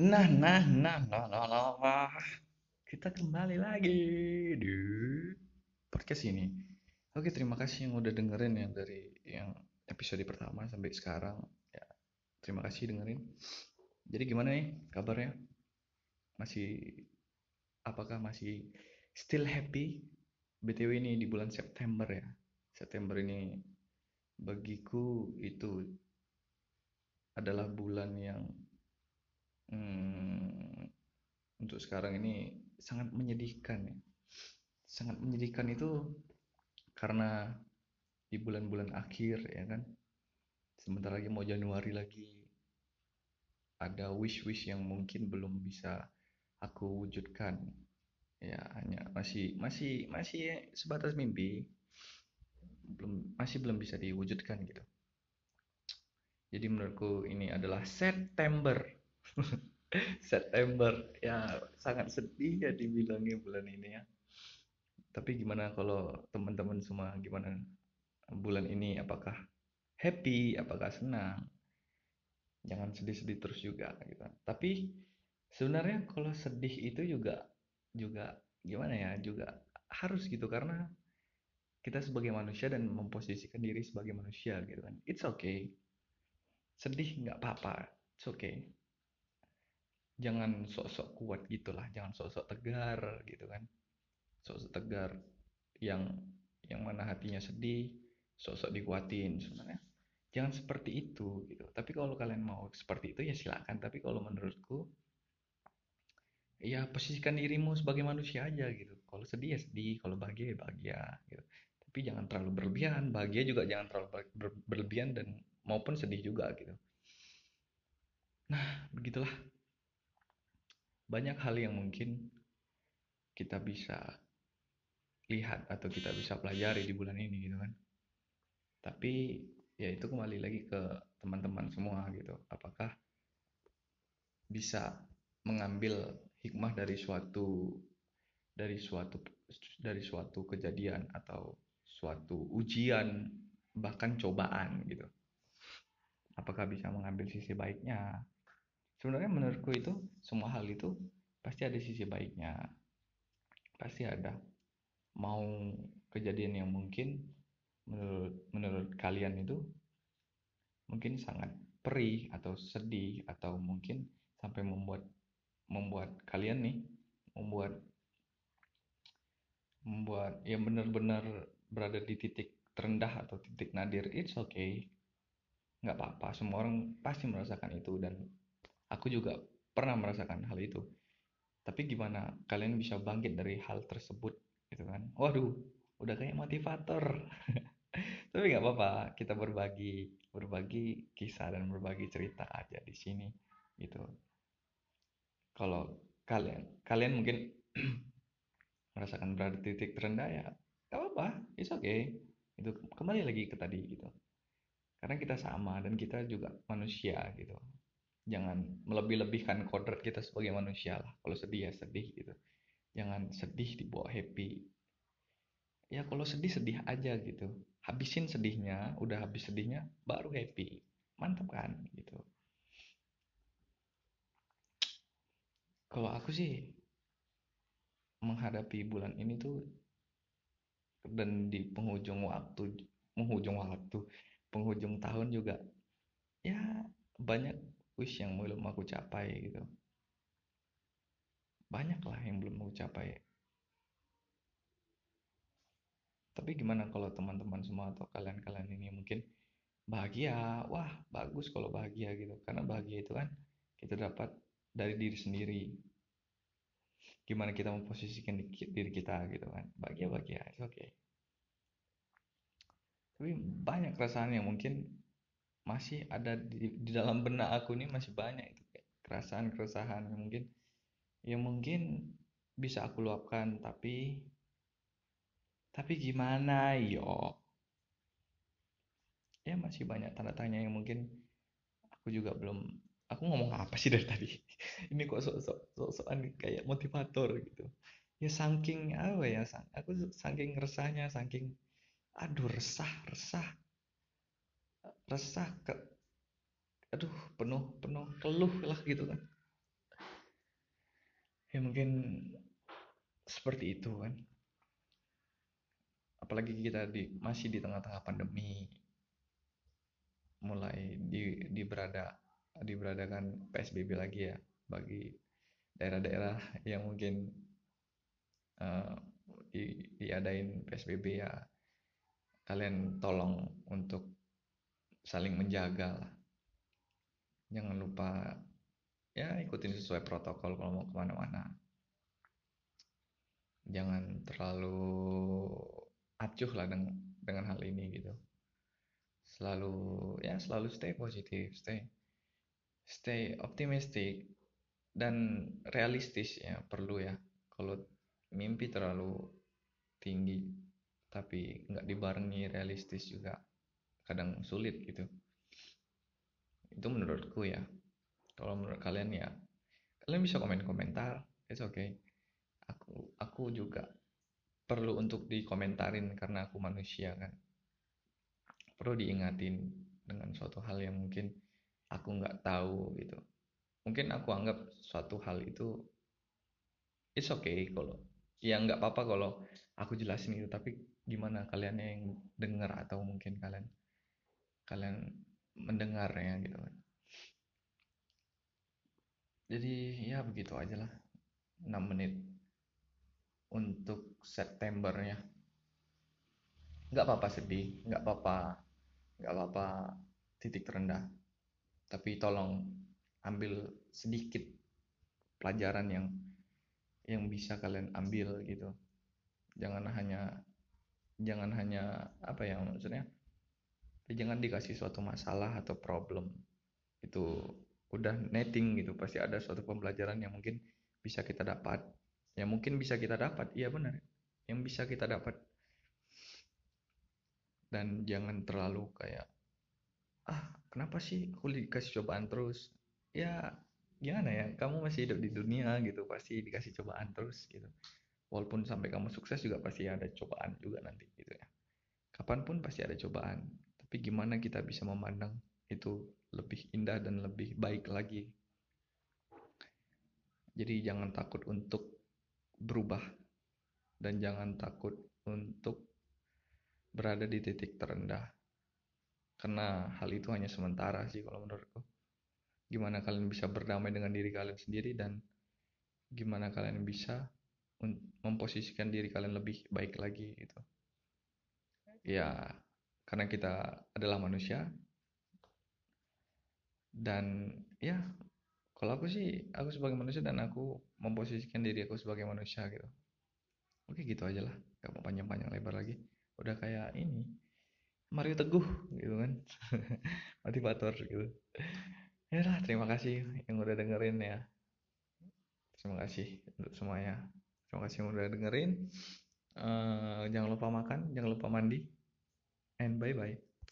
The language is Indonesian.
Nah. Kita kembali lagi di podcast ini. Oke, terima kasih yang udah dengerin yang dari yang episode pertama sampai sekarang. Ya, terima kasih dengerin. Jadi gimana nih kabarnya? Masih apakah masih still happy? BTW ini di bulan September ya. September ini bagiku itu adalah bulan yang hmm, untuk sekarang ini sangat menyedihkan ya. Sangat menyedihkan itu karena di bulan-bulan akhir ya kan, sebentar lagi mau Januari lagi, ada wish-wish yang mungkin belum bisa aku wujudkan, ya hanya masih sebatas mimpi, belum bisa diwujudkan gitu. Jadi menurutku ini adalah September. September ya, sangat sedih ya dibilangnya bulan ini ya. Tapi gimana kalau teman-teman semua, gimana bulan ini, apakah happy, apakah senang? Jangan sedih-sedih terus juga gitu. Tapi sebenarnya kalau sedih itu juga juga gimana ya, juga harus gitu, karena kita sebagai manusia dan memposisikan diri sebagai manusia gitu kan. It's okay, sedih nggak apa-apa, it's okay. Jangan sok-sok kuat gitulah, jangan sok-sok tegar gitu kan. Sok-sok tegar yang mana hatinya sedih, sok-sok dikuatin sebenarnya. Jangan seperti itu gitu. Tapi kalau kalian mau seperti itu ya silakan. Tapi kalau menurutku, ya posisikan dirimu sebagai manusia aja gitu. Kalau sedih ya sedih, kalau bahagia ya bahagia gitu. Tapi jangan terlalu berlebihan, bahagia juga jangan terlalu berlebihan, dan maupun sedih juga gitu. Nah, begitulah, banyak hal yang mungkin kita bisa lihat atau kita bisa pelajari di bulan ini gitu kan. Tapi ya itu kembali lagi ke teman-teman semua gitu. Apakah bisa mengambil hikmah dari suatu dari suatu kejadian atau suatu ujian, bahkan cobaan gitu. Apakah bisa mengambil sisi baiknya? Sebenarnya menurutku itu semua hal itu pasti ada sisi baiknya. Pasti ada. Mau kejadian yang mungkin menurut kalian itu mungkin sangat perih atau sedih, atau mungkin sampai membuat membuat kalian nih membuat membuat ya benar-benar berada di titik terendah atau titik nadir. It's okay, nggak apa-apa, semua orang pasti merasakan itu, dan aku juga pernah merasakan hal itu. Tapi gimana kalian bisa bangkit dari hal tersebut gitu kan. Waduh, udah kayak motivator. Tapi nggak apa-apa, kita berbagi berbagi kisah dan berbagi cerita aja di sini gitu. Kalau kalian mungkin merasakan berada di titik terendah, ya nggak apa-apa, it's okay. Itu kembali lagi ke tadi gitu, karena kita sama dan kita juga manusia gitu. Jangan melebih-lebihkan kodrat kita sebagai manusia lah. Kalau sedih ya sedih gitu, jangan sedih dibawa happy. Ya kalau sedih sedih aja gitu, habisin sedihnya, udah habis sedihnya baru happy. Mantap kan gitu. Kalau aku sih menghadapi bulan ini tuh, dan di penghujung waktu penghujung tahun juga, ya banyak wish yang belum aku capai gitu. Banyak lah yang belum aku capai. Tapi gimana kalau teman-teman semua atau kalian-kalian ini mungkin bahagia? Wah, bagus kalau bahagia gitu. Karena bahagia itu kan kita dapat dari diri sendiri. Gimana kita memposisikan diri kita gitu kan. Bahagia-bahagia, it's okay. Tapi banyak keresahan yang mungkin masih ada di dalam benak aku nih, masih banyak itu kayak keresahan-keresahan yang mungkin bisa aku luapkan, tapi gimana yo, ya masih banyak tanda tanya yang mungkin aku juga belum. Aku ngomong apa sih dari tadi? Ini kok sok-sokan kayak motivator gitu. Ya saking apa ya, aku saking resahnya, saking aduh, resah resah resah ke, aduh, penuh penuh keluh lah gitu kan. Ya mungkin seperti itu kan. Apalagi kita masih di tengah-tengah pandemi, mulai diberadakan PSBB lagi ya bagi daerah-daerah yang mungkin eh, diadain PSBB ya. Kalian tolong untuk saling menjaga lah. Jangan lupa ya ikutin sesuai protokol kalau mau kemana-mana. Jangan terlalu acuh lah dengan hal ini gitu. Selalu ya selalu stay positif, stay optimistic dan realistis ya perlu ya. Kalau mimpi terlalu tinggi tapi nggak dibarengi realistis juga kadang sulit gitu. Itu menurutku ya. Kalau menurut kalian ya kalian bisa komen-komentar, it's okay. Aku juga perlu untuk dikomentarin karena aku manusia kan. Perlu diingatin dengan suatu hal yang mungkin aku nggak tahu gitu. Mungkin aku anggap suatu hal itu it's okay kalau ya nggak apa-apa kalau aku jelasin itu, tapi gimana kalian yang dengar atau mungkin kalian kalian mendengarnya gitu kan. Jadi ya begitu aja lah, 6 menit untuk Septembernya. Nggak apa-apa sedih, nggak apa-apa titik terendah, tapi tolong ambil sedikit pelajaran yang bisa kalian ambil gitu. Jangan hanya jangan hanya apa ya maksudnya, jangan dikasih suatu masalah atau problem itu udah netting gitu, pasti ada suatu pembelajaran yang mungkin bisa kita dapat, yang mungkin bisa kita dapat, iya benar, yang bisa kita dapat. Dan jangan terlalu kayak, kenapa sih aku dikasih cobaan terus, ya gimana ya, kamu masih hidup di dunia gitu, pasti dikasih cobaan terus gitu. Walaupun sampai kamu sukses juga pasti ada cobaan juga nanti gitu ya. Kapanpun pasti ada cobaan, tapi gimana kita bisa memandang itu lebih indah dan lebih baik lagi. Jadi jangan takut untuk berubah dan jangan takut untuk berada di titik terendah, karena hal itu hanya sementara sih kalau menurutku. Gimana kalian bisa berdamai dengan diri kalian sendiri dan gimana kalian bisa memposisikan diri kalian lebih baik lagi gitu ya, karena kita adalah manusia. Dan ya kalau aku sih, aku sebagai manusia dan aku memposisikan diri aku sebagai manusia gitu. Oke gitu aja lah, gak mau panjang-panjang lebar lagi, udah kayak ini Mario Teguh gitu kan. Motivator gitu. Ya lah, terima kasih yang udah dengerin ya. Terima kasih untuk semuanya. Terima kasih yang udah dengerin. Jangan lupa makan, jangan lupa mandi, and bye bye.